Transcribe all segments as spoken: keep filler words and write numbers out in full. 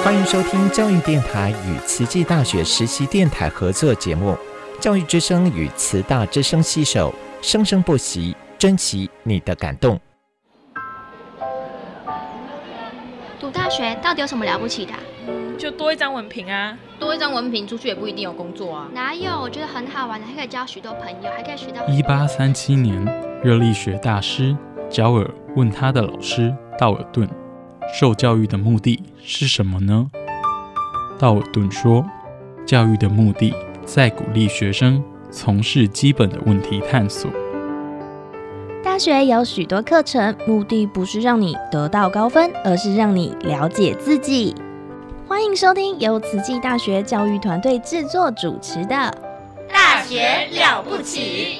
欢迎收听教育电台与慈济大学实习电台合作节目《教育之声》与慈大之声携手，生生不息，珍惜你的感动。 读大学到底有什么了不起的、啊？ 就多一张文凭啊！ 多一张文凭，出去也不一定有工作啊。 哪有？我觉得很好玩的，还可以交许多朋友，还可以学到。 一八三七年，热力学大师焦耳问他的老师道尔顿，受教育的目的是什么呢？道尔顿说，教育的目的在鼓励学生从事基本的问题探索。 大学有许多课程，目的不是让你得到高分，而是让你了解自己。欢迎收听由慈济大学教育团队制作主持的《 大学了不起》。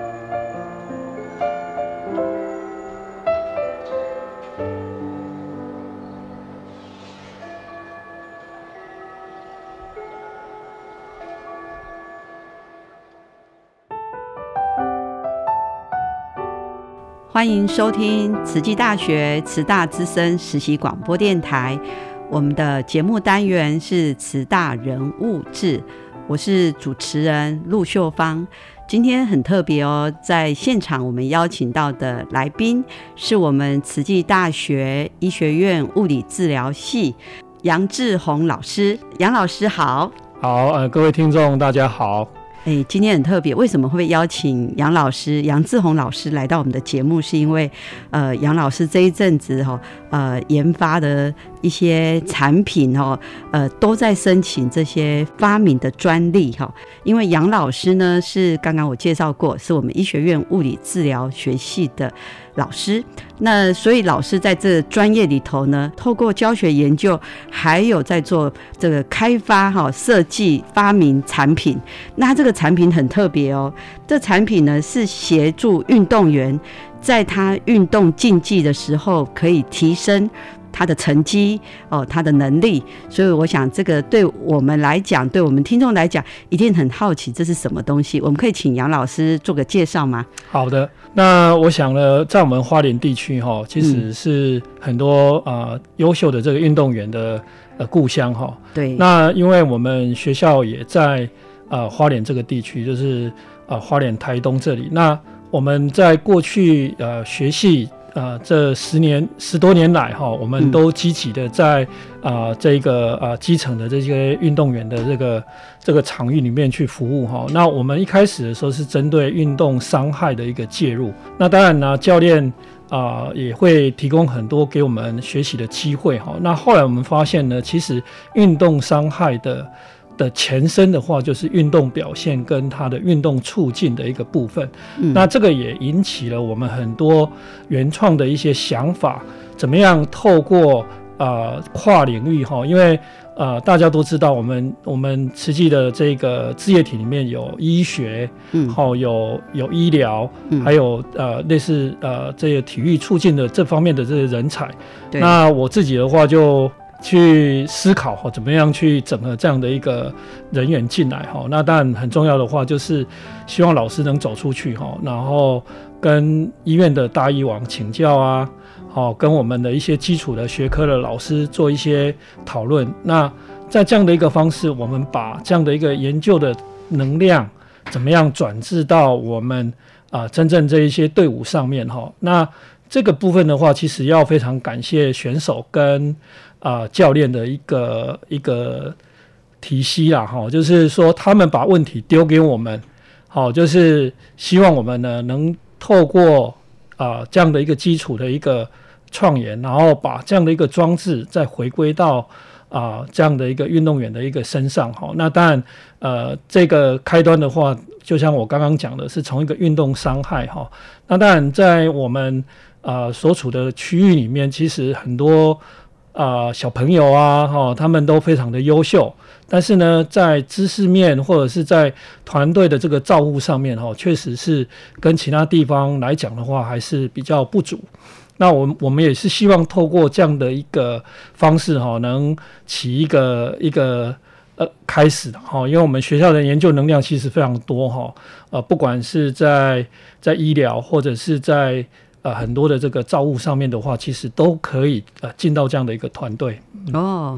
欢迎收听慈济大学慈大之声实习广播电台，我们的节目单元是慈大人物志，我是主持人陆秀芳。今天很特别哦，在现场我们邀请到的来宾是我们慈济大学医学院物理治疗系杨志宏老师。杨老师好。 好，呃，各位听众大家好。 欸、今天很特别，为什么会邀请杨老师杨志宏老师来到我们的节目，是因为呃杨老师这一阵子、哦、呃研发的一些产品、哦、呃都在申请这些发明的专利、哦、因为杨老师呢是刚刚我介绍过，是我们医学院物理治疗学系的老师，那所以老师在这个专业里头呢，透过教学研究，还有在做这个开发、哦、设计、发明产品。那这个产品很特别哦，这产品呢是协助运动员在他运动竞技的时候可以提升他的成绩哦，他的能力，所以我想这个对我们来讲，对我们听众来讲，一定很好奇这是什么东西。我们可以请杨老师做个介绍吗？ 好的，那我想呢，在我们花莲地区哈，其实是很多啊、呃、优秀的这个运动员的呃故乡哈。 对。那因为我们学校也在呃花莲这个地区，就是呃花莲台东这里。那我们在过去呃学系。呃，这十年十多年来哈，我们都积极的在啊、呃、这个呃基层的这些运动员的这个这个场域里面去服务哈。那我们一开始的时候是针对运动伤害的一个介入，那当然呢，教练啊、呃、也会提供很多给我们学习的机会哈。那后来我们发现呢，其实运动伤害的的前身的话，就是运动表现跟它的运动促进的一个部分、嗯、那这个也引起了我们很多原创的一些想法，怎么样透过呃跨领域哈，因为呃大家都知道我们我们慈济的这个志业体里面有医学，嗯，好有有医疗，嗯、还有呃类似呃这个体育促进的这方面的这些人才。那我自己的话就去思考怎么样去整合这样的一个人员进来，那当然很重要的话就是希望老师能走出去，然后跟医院的大医王请教啊，跟我们的一些基础的学科的老师做一些讨论。那在这样的一个方式，我们把这样的一个研究的能量怎么样转至到我们、呃、真正这一些队伍上面。那这个部分的话，其实要非常感谢选手跟呃、教练的一个一个体系啦，就是说他们把问题丢给我们，就是希望我们呢能透过、呃、这样的一个基础的一个创研，然后把这样的一个装置再回归到、呃、这样的一个运动员的一个身上。那当然呃，这个开端的话，就像我刚刚讲的，是从一个运动伤害。那当然在我们、呃、所处的区域里面，其实很多呃，小朋友啊、哦，他们都非常的优秀，但是呢，在知识面或者是在团队的这个照顾上面，哈、哦，确实是跟其他地方来讲的话，还是比较不足。那我们我们也是希望透过这样的一个方式，哈、哦，能起一个一个呃开始的哈、哦，因为我们学校的研究能量其实非常多哈、哦，呃，不管是在在医疗或者是在呃，很多的这个造物上面的话，其实都可以呃进到这样的一个团队。 哦，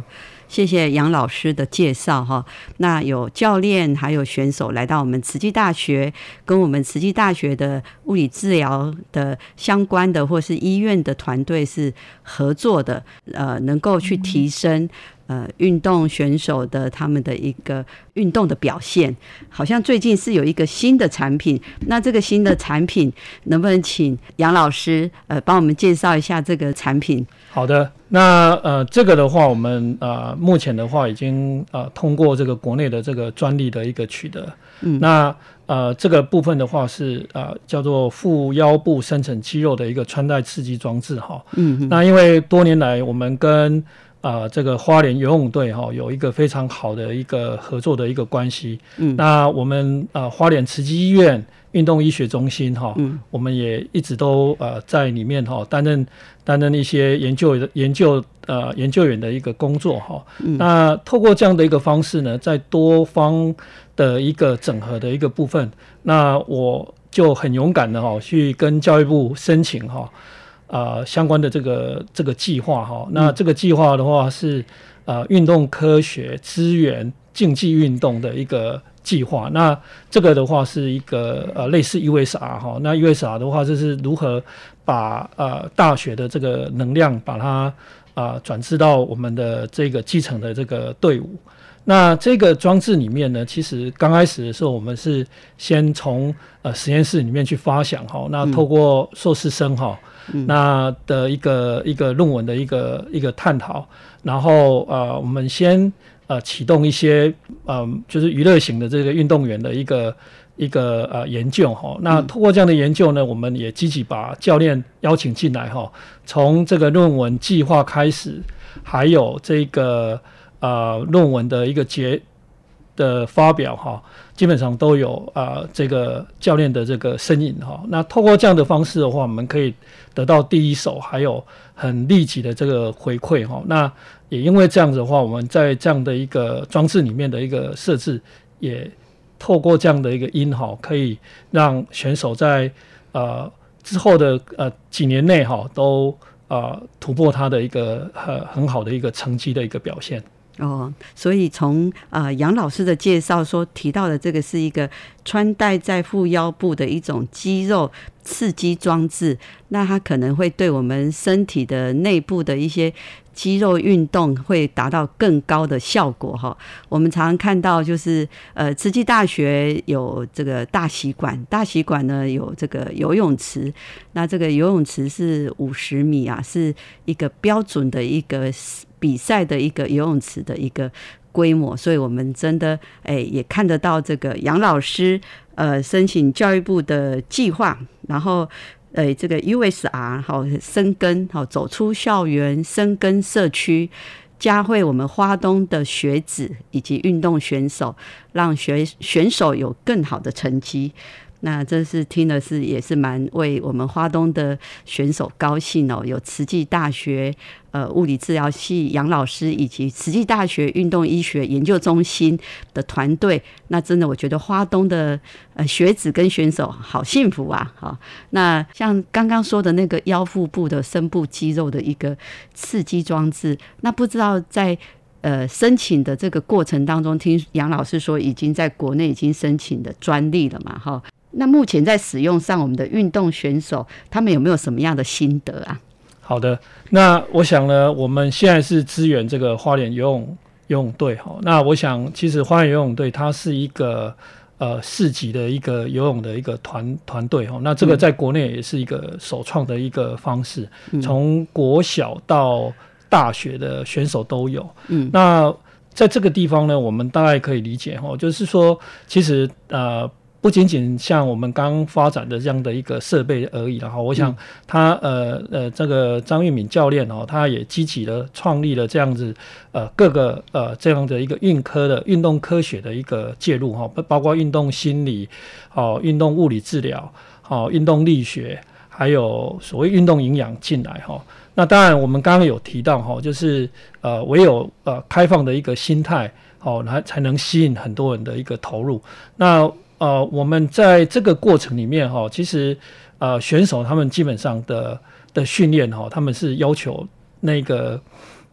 谢谢杨老师的介绍哈。那有教练还有选手来到我们慈济大学，跟我们慈济大学的物理治疗的相关的或是医院的团队是合作的，呃，能够去提升呃运动选手的他们的一个运动的表现。好像最近是有一个新的产品，那这个新的产品能不能请杨老师呃帮我们介绍一下这个产品？ 好的，那呃这个的话，我们呃目前的话已经呃通过这个国内的这个专利的一个取得。嗯，那呃这个部分的话是呃叫做副腰部深层肌肉的一个穿戴刺激装置哈。嗯，那因为多年来我们跟呃这个花莲游泳队哈有一个非常好的一个合作的一个关系。嗯，那我们呃花莲慈济医院运动医学中心哈，嗯，我们也一直都呃在里面哈担任担任一些研究研究呃研究员的一个工作哈。嗯，那透过这样的一个方式呢，在多方的一个整合的一个部分，那我就很勇敢的哈去跟教育部申请哈呃相关的这个这个计划哈。那这个计划的话是呃运动科学资源竞技运动的一个计划。那这个的话是一个呃类似 U S R 哈，那 U S R 的话就是如何把呃大学的这个能量把它啊、呃、转至到我们的这个基层的这个队伍。那这个装置里面呢，其实刚开始的时候我们是先从呃实验室里面去发想哈，那透过硕士生哈、嗯、那的一个一个论文的一个一个探讨，然后呃我们先呃启动一些呃就是娱乐型的这个运动员的一个一个呃研究哈。那透过这样的研究呢，我们也积极把教练邀请进来哈，从这个论文计划开始，还有这个呃论文的一个结的发表哈，基本上都有呃这个教练的这个身影哈。那透过这样的方式的话，我们可以得到第一手还有很立即的这个回馈哈。那也因为这样子的话，我们在这样的一个装置里面的一个设置，也透过这样的一个因哈，可以让选手在呃之后的呃几年内哈都呃突破他的一个很很好的一个成绩的一个表现。 哦，所以从呃杨老师的介绍说提到的这个是一个穿戴在副腰部的一种肌肉刺激装置，那它可能会对我们身体的内部的一些肌肉运动会达到更高的效果哈。我们常常看到就是呃慈济大学有这个大习馆，大习馆呢有这个游泳池，那这个游泳池是五十米啊，是一个标准的一个比赛的一个游泳池的一个规模，所以我们真的哎也看得到这个杨老师呃申请教育部的计划，然后呃这个 U S R 好深耕好走出校园，深耕社区，嘉惠我们花东的学子以及运动选手，让学选手有更好的成绩。那这是听的是也是蛮为我们花东的选手高兴哦，有慈济大学呃物理治疗系杨老师以及慈济大学运动医学研究中心的团队，那真的我觉得花东的呃学子跟选手好幸福啊。好，那像刚刚说的那个腰腹部的深部肌肉的一个刺激装置，那不知道在呃申请的这个过程当中，听杨老师说已经在国内已经申请的专利了嘛哈。那目前在使用上，我们的运动选手他们有没有什么样的心得啊？ 好的，那我想呢，我们现在是支援这个花莲游泳游泳队哈。那我想，其实花莲游泳队它是一个呃市级的一个游泳的一个团团队哈。那这个在国内也是一个首创的一个方式，嗯、从国小到大学的选手都有。嗯，那在这个地方呢，我们大概可以理解哈，就是说，其实呃。不仅仅像我们刚发展的这样的一个设备而已了哈，我想他呃呃这个张玉敏教练哦，他也积极的创立了这样子呃各个呃这样的一个运科的运动科学的一个介入哈，包括运动心理、哦运动物理治疗、哦运动力学，还有所谓运动营养进来哈。那当然我们刚刚有提到哈，就是呃唯有呃开放的一个心态哦，才才能吸引很多人的一个投入。那呃，我们在这个过程里面哈，其实呃选手他们基本上的的训练哈，他们是要求那个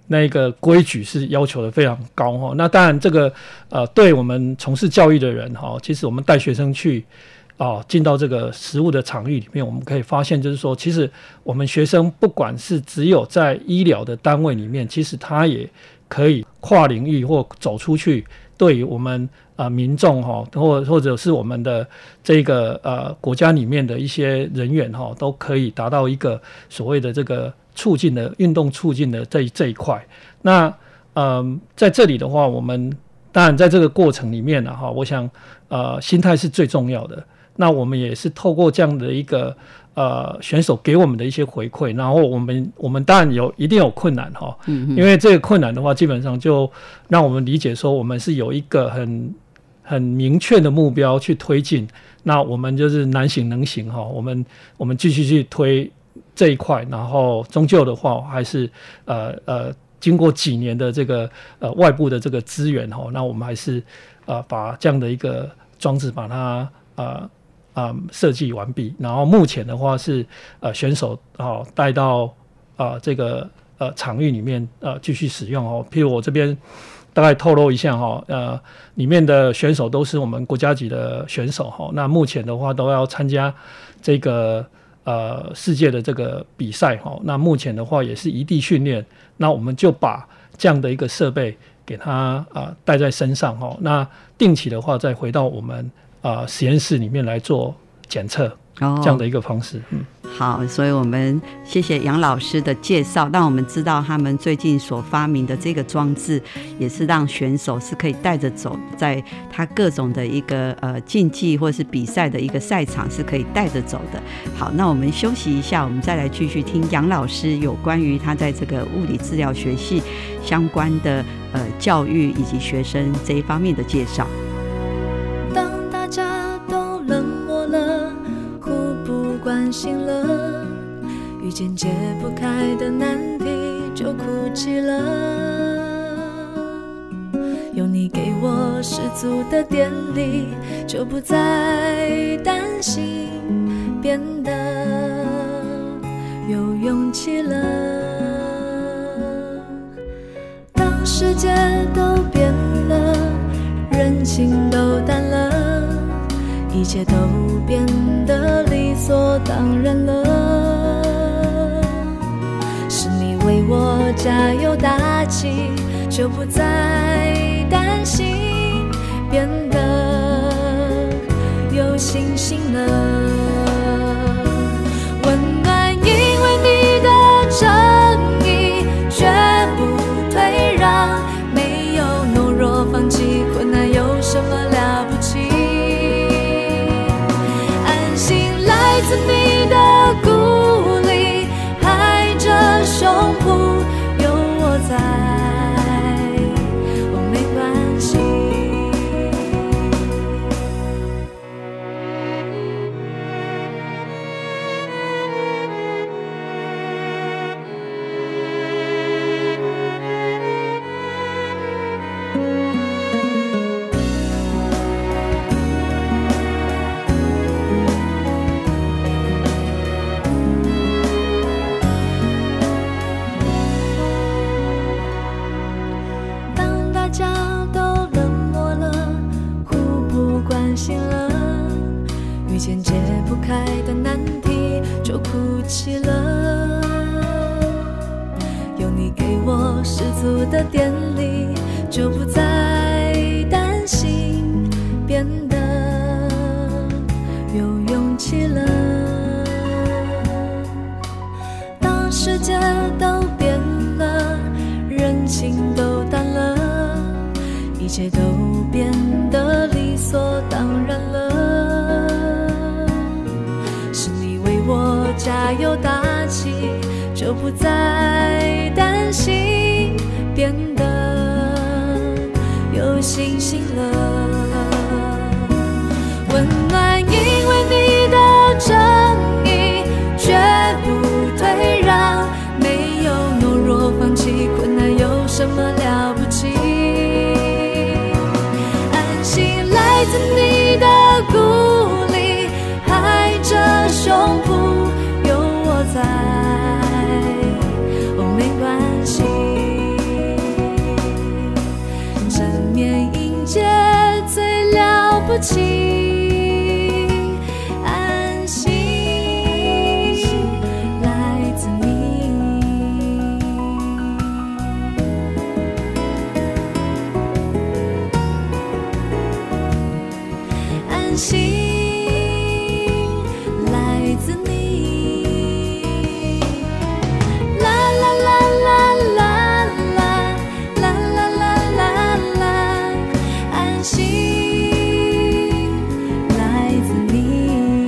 那个规矩是要求的非常高哈。那当然这个呃，对我们从事教育的人哈，其实我们带学生去啊进到这个实务的场域里面，我们可以发现就是说，其实我们学生不管是只有在医疗的单位里面，其实他也可以跨领域或走出去，对于我们呃民众哈，或或者是我们的这个呃国家里面的一些人员哈，都可以达到一个所谓的这个促进的运动促进的这这一块。那呃在这里的话，我们当然在这个过程里面呢哈，我想呃心态是最重要的。那我们也是透过这样的一个呃选手给我们的一些回馈，然后我们我们当然有一定有困难哈，嗯，因为这个困难的话，基本上就让我们理解说，我们是有一个很很明确的目标去推进。那我们就是难行能行哈，我们我们继续去推这一块，然后终究的话还是呃呃经过几年的这个呃外部的这个资源哈，那我们还是呃把这样的一个装置把它呃。啊、嗯，设计完毕，然后目前的话是呃选手啊带到啊、呃、这个呃场域里面呃继续使用哦。譬如我这边大概透露一下哈，呃里面的选手都是我们国家级的选手哈。那目前的话都要参加这个呃世界的这个比赛哈。那目前的话也是异地训练，那我们就把这样的一个设备给他啊、呃、带在身上哈。那定期的话再回到我们。啊、呃，实验室里面来做检测，哦，这样的一个方式。嗯， 好，所以我们谢谢杨老师的介绍，让我们知道他们最近所发明的这个装置，也是让选手是可以带着走，在他各种的一个呃竞技或是比赛的一个赛场是可以带着走的。好，那我们休息一下，我们再来继续听杨老师有关于他在这个物理治疗学系相关的呃教育以及学生这一方面的介绍。 大家都冷漠了，互不关心了，遇见解不开的难题就哭泣了。有你给我十足的电力，就不再担心，变得有勇气了。当世界都变了，人情都淡了，一切都变得理所当然了。是你为我加油打气，就不再担心，变得有信心了。温暖因为你的正义，绝不退让，没有懦弱放弃困难，有什么了不起？来自你的鼓励，拍着胸脯，有我在，我没关系。的电力就不再担心，变得有勇气了。当世界都变了，人情都淡了，一切都变得理所当然了。是你为我加油打气，就不再担心，变得有信心了。温暖因为你的正义，绝不退让，没有懦弱放弃困难，有什么了不起？安心来自你的鼓励，拍着胸脯，有我在，哦，没关系。 不起，安心来自你，安心来自你，啦啦啦啦啦啦啦啦啦啦啦，安心来自你。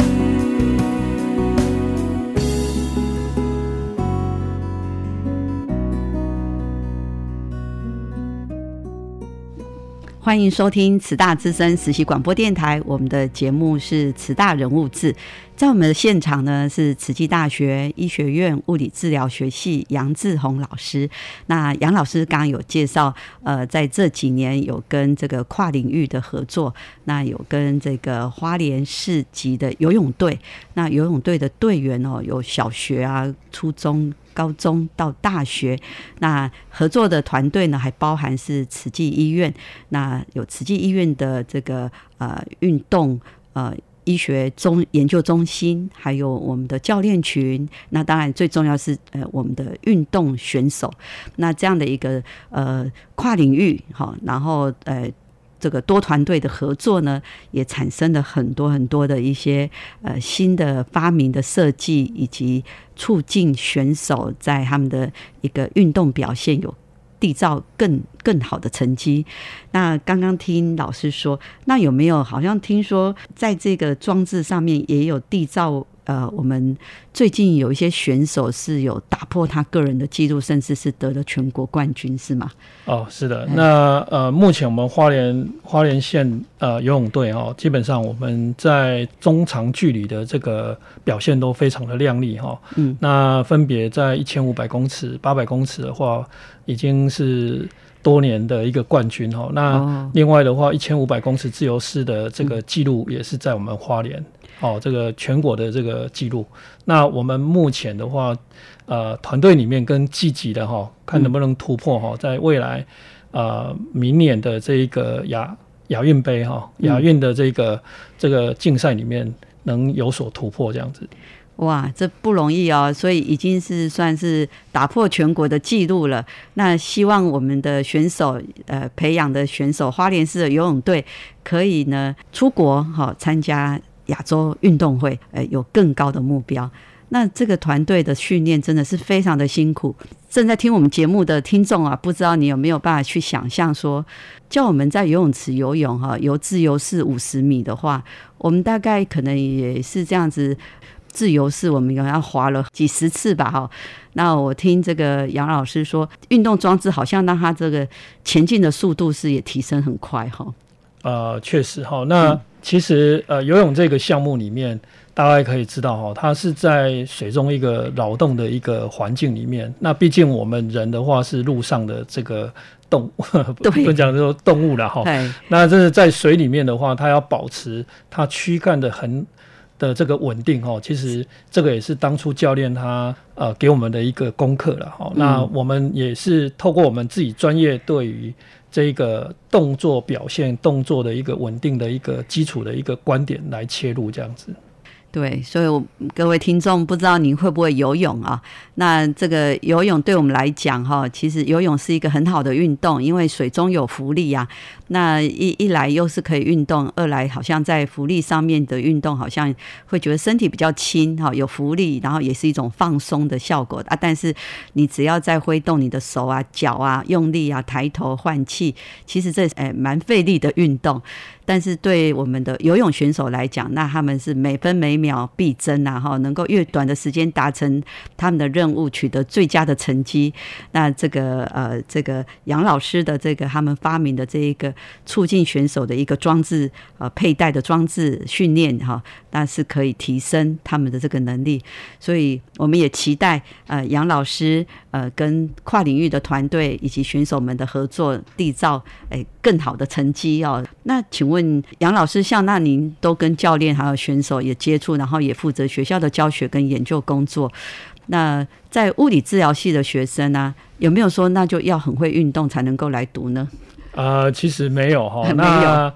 欢迎收听慈大之声实习广播电台，我们的节目是慈大人物志。在我们的现场呢，是慈济大学医学院物理治疗学系杨志宏老师。那杨老师刚刚有介绍，呃，在这几年有跟这个跨领域的合作，那有跟这个花莲市级的游泳队，那游泳队的队员哦，有小学啊、初中、高中到大学，那合作的团队呢，还包含是慈济医院，那有慈济医院的这个呃运动呃医学中研究中心，还有我们的教练群，那当然最重要是呃我们的运动选手，那这样的一个呃跨领域哈，然后呃。这个多团队的合作呢，也产生了很多很多的一些呃新的发明的设计，以及促进选手在他们的一个运动表现有缔造更更好的成绩。那刚刚听老师说，那有没有好像听说在这个装置上面也有缔造？呃，我们最近有一些选手是有打破他个人的纪录，甚至是得了全国冠军，是吗？ 哦，是的。那呃，目前我们花莲花莲县呃游泳队哦，基本上我们在中长距离的这个表现都非常的亮丽哈。嗯，那分别在一千五百公尺、八百公尺的话，已经是多年的一个冠军哈。那另外的话，一千五百公尺自由式的这个纪录也是在我们花莲。哦，这个全国的这个记录，那我们目前的话，呃，团队里面跟积极的哈，看能不能突破哈，在未来呃明年的这一个亚亚运杯哈，亚运的这个、嗯、这个竞赛里面能有所突破这样子。 哇，这不容易哦，所以已经是算是打破全国的纪录了。那希望我们的选手，呃，培养的选手，花莲市的游泳队可以呢出国哈、哦、参加亚洲运动会，呃，有更高的目标。那这个团队的训练真的是非常的辛苦。正在听我们节目的听众啊，不知道你有没有办法去想象说，叫我们在游泳池游泳哈，游自由式五十米的话，我们大概可能也是这样子。自由式我们要滑了几十次吧哈。那我听这个杨老师说，运动装置好像让他这个前进的速度是也提升很快哈。 呃，确实哈。那其实呃游泳这个项目里面，大家可以知道哈，它是在水中一个劳动的一个环境里面。那毕竟我们人的话是陆上的这个动物，不能讲说动物了哈。那这是在水里面的话，它要保持它躯干的很。的这个稳定齁，其实这个也是当初教练他呃给我们的一个功课了齁。那我们也是透过我们自己专业对于这个动作表现、动作的一个稳定的一个基础的一个观点来切入这样子。 对，所以我各位听众不知道您会不会游泳啊？那这个游泳对我们来讲哈，其实游泳是一个很好的运动，因为水中有浮力啊。那一一来又是可以运动，二来好像在浮力上面的运动，好像会觉得身体比较轻哈，有浮力，然后也是一种放松的效果啊。但是你只要在挥动你的手啊、脚啊，用力啊、抬头换气，其实这诶蛮费力的运动。但是对我们的游泳选手来讲，那他们是每分每秒必争啊，能够越短的时间达成他们的任务，取得最佳的成绩。那这个呃，这个杨老师的这个他们发明的这一个促进选手的一个装置，呃，佩戴的装置训练哈，那是可以提升他们的这个能力。所以我们也期待呃杨老师呃跟跨领域的团队以及选手们的合作，缔造诶更好的成绩哦。那请问。问杨老师，像那您都跟教练还有选手也接触，然后也负责学校的教学跟研究工作。那在物理治疗系的学生啊，有没有说那就要很会运动才能够来读呢？ 呃，其实没有哈。那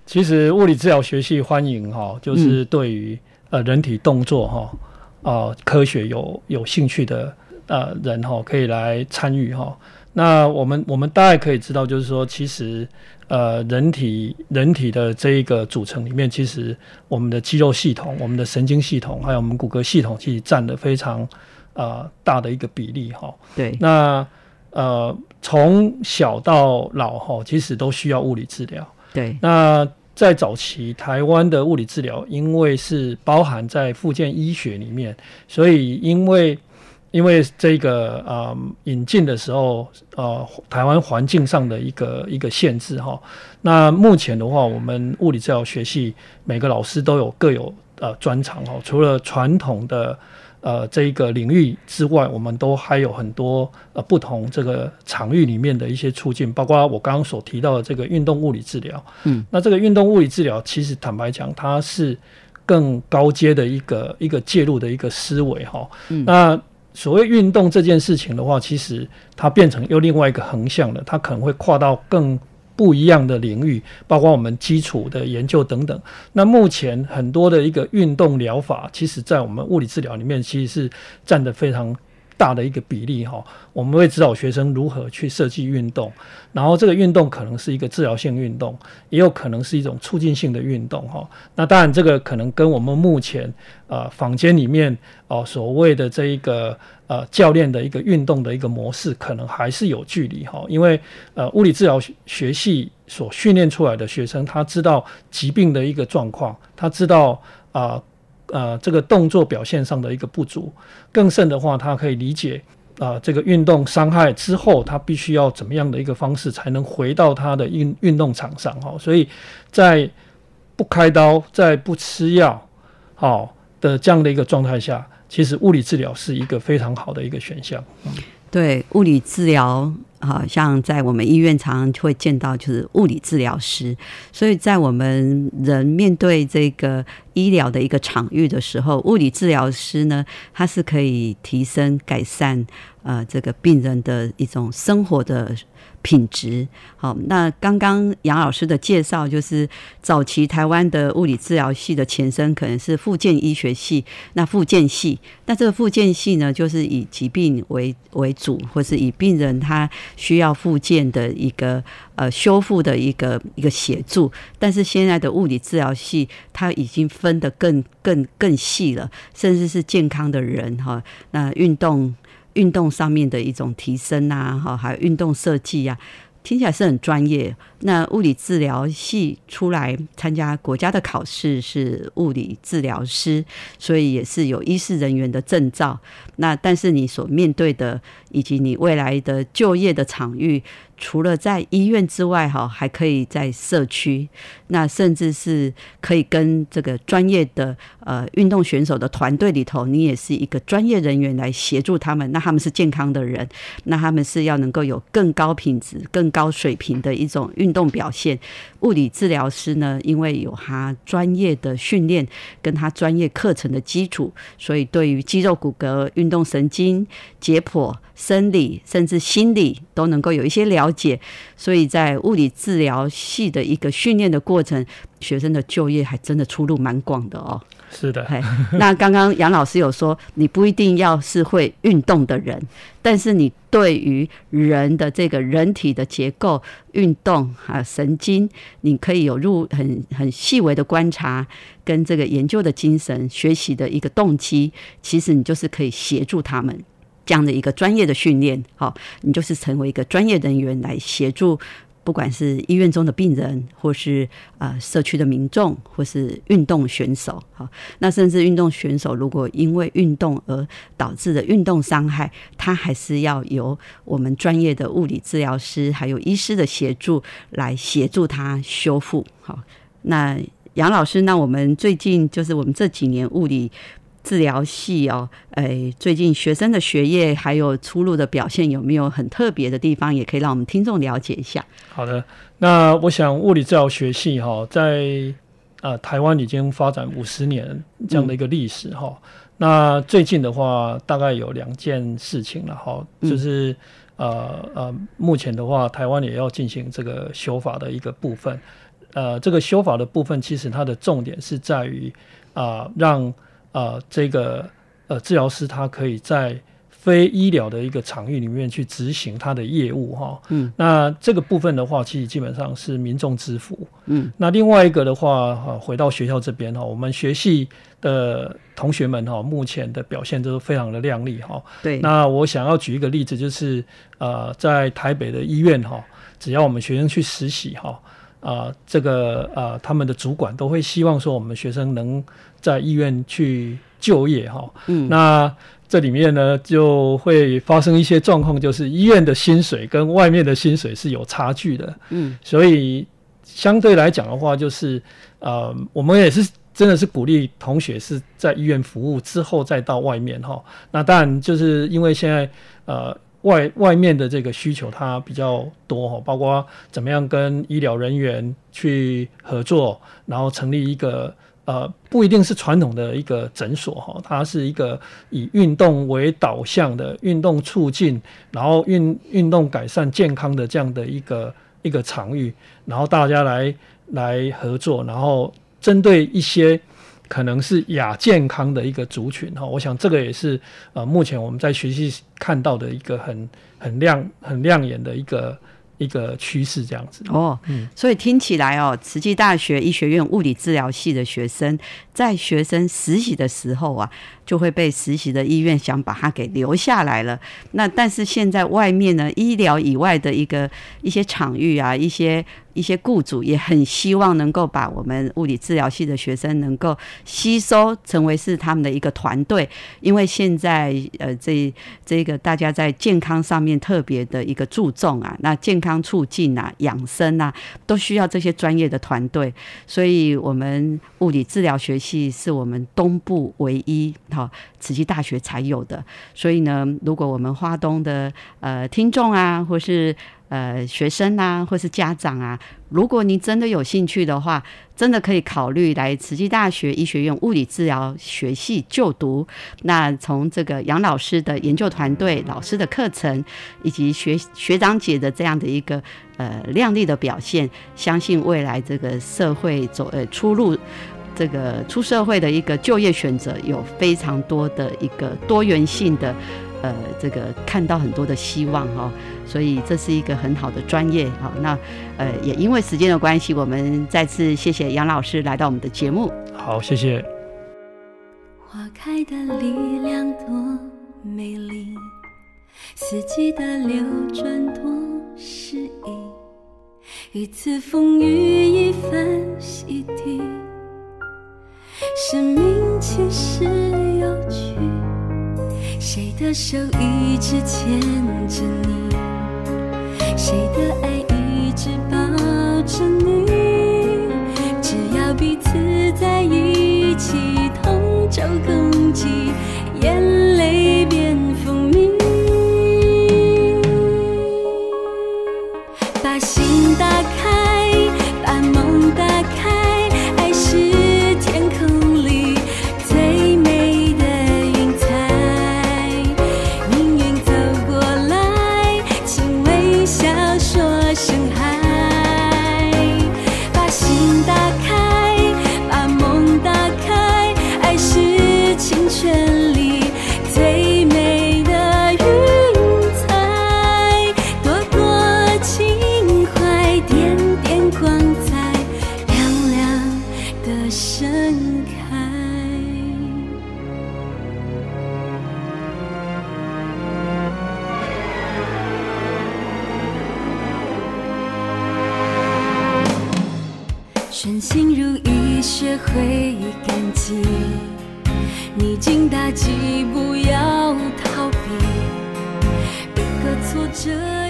其实物理治疗学系欢迎哈，就是对于、嗯、呃人体动作哈呃科学有有兴趣的呃人哈，可以来参与哈。那我们我们大概可以知道，就是说，其实呃人体人体的这一个组成里面，其实我们的肌肉系统、我们的神经系统，还有我们骨骼系统，其实占了非常呃大的一个比例哈。 对， 那呃从小到老哈，其实都需要物理治疗。 对， 那在早期台湾的物理治疗，因为是包含在复健医学里面，所以因为因为这个呃引进的时候，呃台湾环境上的一个一个限制哈。那目前的话，我们物理治疗学系每个老师都有各有呃专长哈，除了传统的呃这一个领域之外，我们都还有很多呃不同这个场域里面的一些促进，包括我刚刚所提到的这个运动物理治疗。嗯，那这个运动物理治疗，其实坦白讲，它是更高阶的一个一个介入的一个思维哈。嗯，那所谓运动这件事情的话，其实它变成又另外一个横向的，它可能会跨到更不一样的领域，包括我们基础的研究等等。那目前很多的一个运动疗法，其实在我们物理治疗里面，其实是占得非常大的一个比例哈。我们会指导学生如何去设计运动，然后这个运动可能是一个治疗性运动，也有可能是一种促进性的运动哈。那当然，这个可能跟我们目前呃坊间里面哦、呃、所谓的这一个呃教练的一个运动的一个模式，可能还是有距离哈。因为呃物理治疗学系所训练出来的学生，他知道疾病的一个状况，他知道啊。呃, 呃，这个动作表现上的一个不足，更甚的话，他可以理解啊、呃，这个运动伤害之后，他必须要怎么样的一个方式才能回到他的运运动场上哈、哦。所以在不开刀、在不吃药好、哦、的这样的一个状态下，其实物理治疗是一个非常好的一个选项。嗯、 对，物理治疗。好像在我们医院常常会见到就是物理治疗师，所以在我们人面对这个医疗的一个场域的时候，物理治疗师呢，他是可以提升改善呃这个病人的一种生活的品质。好，那刚刚杨老师的介绍，就是早期台湾的物理治疗系的前身可能是复健医学系，那复健系，那这个复健系呢，就是以疾病为为主，或是以病人他需要复健的一个呃修复的一个一个协助。但是现在的物理治疗系，它已经分得更更更细了，甚至是健康的人哈，那运动。运动上面的一种提升啊，还有运动设计啊，听起来是很专业。那物理治疗系出来参加国家的考试是物理治疗师，所以也是有医事人员的证照。那但是你所面对的以及你未来的就业的场域，除了在医院之外还可以在社区，那甚至是可以跟这个专业的呃运动选手的团队里头，你也是一个专业人员来协助他们。那他们是健康的人，那他们是要能够有更高品质更高水平的一种运动表现。物理治疗师呢，因为有他专业的训练跟他专业课程的基础，所以对于肌肉骨骼、运动神经、解剖、生理甚至心理都能够有一些了解。所以在物理治疗系的一个训练的过程，学生的就业还真的出路蛮广的哦。 是的， 那刚刚杨老师有说，你不一定要是会运动的人，但是你对于人的这个人体的结构、运动还有神经，你可以有入很很细微的观察，跟这个研究的精神、学习的一个动机，其实你就是可以协助他们这样的一个专业的训练。好，你就是成为一个专业人员来协助。不管是医院中的病人，或是呃社区的民众，或是运动选手，好，那甚至运动选手如果因为运动而导致的运动伤害，他还是要由我们专业的物理治疗师还有医师的协助来协助他修复。好，那杨老师，那我们最近就是我们这几年物理治疗系哦，哎，最近学生的学业还有出路的表现有没有很特别的地方，也可以让我们听众了解一下。 好的，那我想物理治疗学系哈，在呃台湾已经发展五十年这样的一个历史哈、嗯。那最近的话，大概有两件事情了哈，就是、嗯、呃呃，目前的话，台湾也要进行这个修法的一个部分。 呃这个修法的部分，其实它的重点是在于啊、呃、让呃这个呃治疗师他可以在非医疗的一个场域里面去执行他的业务哈，嗯，那这个部分的话，其实基本上是民众支付，嗯，那另外一个的话，回到学校这边哈，我们学系的同学们哈，目前的表现都非常的亮丽哈，对，那我想要举一个例子，就是呃，在台北的医院哈，只要我们学生去实习哈，啊、呃，这个呃，他们的主管都会希望说，我们学生能在医院去就业哈，嗯，那这里面呢就会发生一些状况，就是医院的薪水跟外面的薪水是有差距的，嗯，所以相对来讲的话，就是呃，我们也是真的是鼓励同学是在医院服务之后再到外面哈。那当然就是因为现在呃外外面的这个需求它比较多哈，包括怎么样跟医疗人员去合作，然后成立一个。呃，不一定是传统的一个诊所哈，它是一个以运动为导向的运动促进，然后运运动改善健康的这样的一个一个场域，然后大家来来合作，然后针对一些可能是亚健康的一个族群哈，我想这个也是呃目前我们在学习看到的一个很很亮很亮眼的一个。一个趋势这样子哦、嗯，所以听起来哦，慈济大学医学院物理治疗系的学生在学生实习的时候啊，就会被实习的医院想把他给留下来了。那但是现在外面呢，医疗以外的一个一些场域啊，一些一些雇主也很希望能够把我们物理治疗系的学生能够吸收成为是他们的一个团队，因为现在呃这这个大家在健康上面特别的一个注重啊，那健康促进啊、养生啊，都需要这些专业的团队，所以我们物理治疗学系是我们东部唯一好慈济大学才有的，所以呢，如果我们花东的呃听众啊，或是呃，学生啊，或是家长啊，如果您真的有兴趣的话，真的可以考虑来慈济大学医学院物理治疗学系就读。那从这个杨老师的研究团队、老师的课程，以及学学长姐的这样的一个呃亮丽的表现，相信未来这个社会走呃出路。这个出社会的一个就业选择有非常多的一个多元性的，呃，这个看到很多的希望哈、哦，所以这是一个很好的专业好，那呃也因为时间的关系，我们再次谢谢杨老师来到我们的节目。 好，谢谢。 花开的力量多美丽，四季的流转多诗意，一次风雨一番洗涤。生命其实有趣，谁的手一直牵着你，谁的爱一直抱着你，只要彼此在一起，同舟共济，眼泪变蜂蜜。把心打开，把梦打开，爱是天空里最美的云彩，命运走过来，请微笑说声嗨。把心打开，把梦打开，爱是清泉里最美的云彩，朵朵情怀，点点光彩，亮亮的盛开。顺心如意，学会感激，逆境打击，不要逃避，一个挫折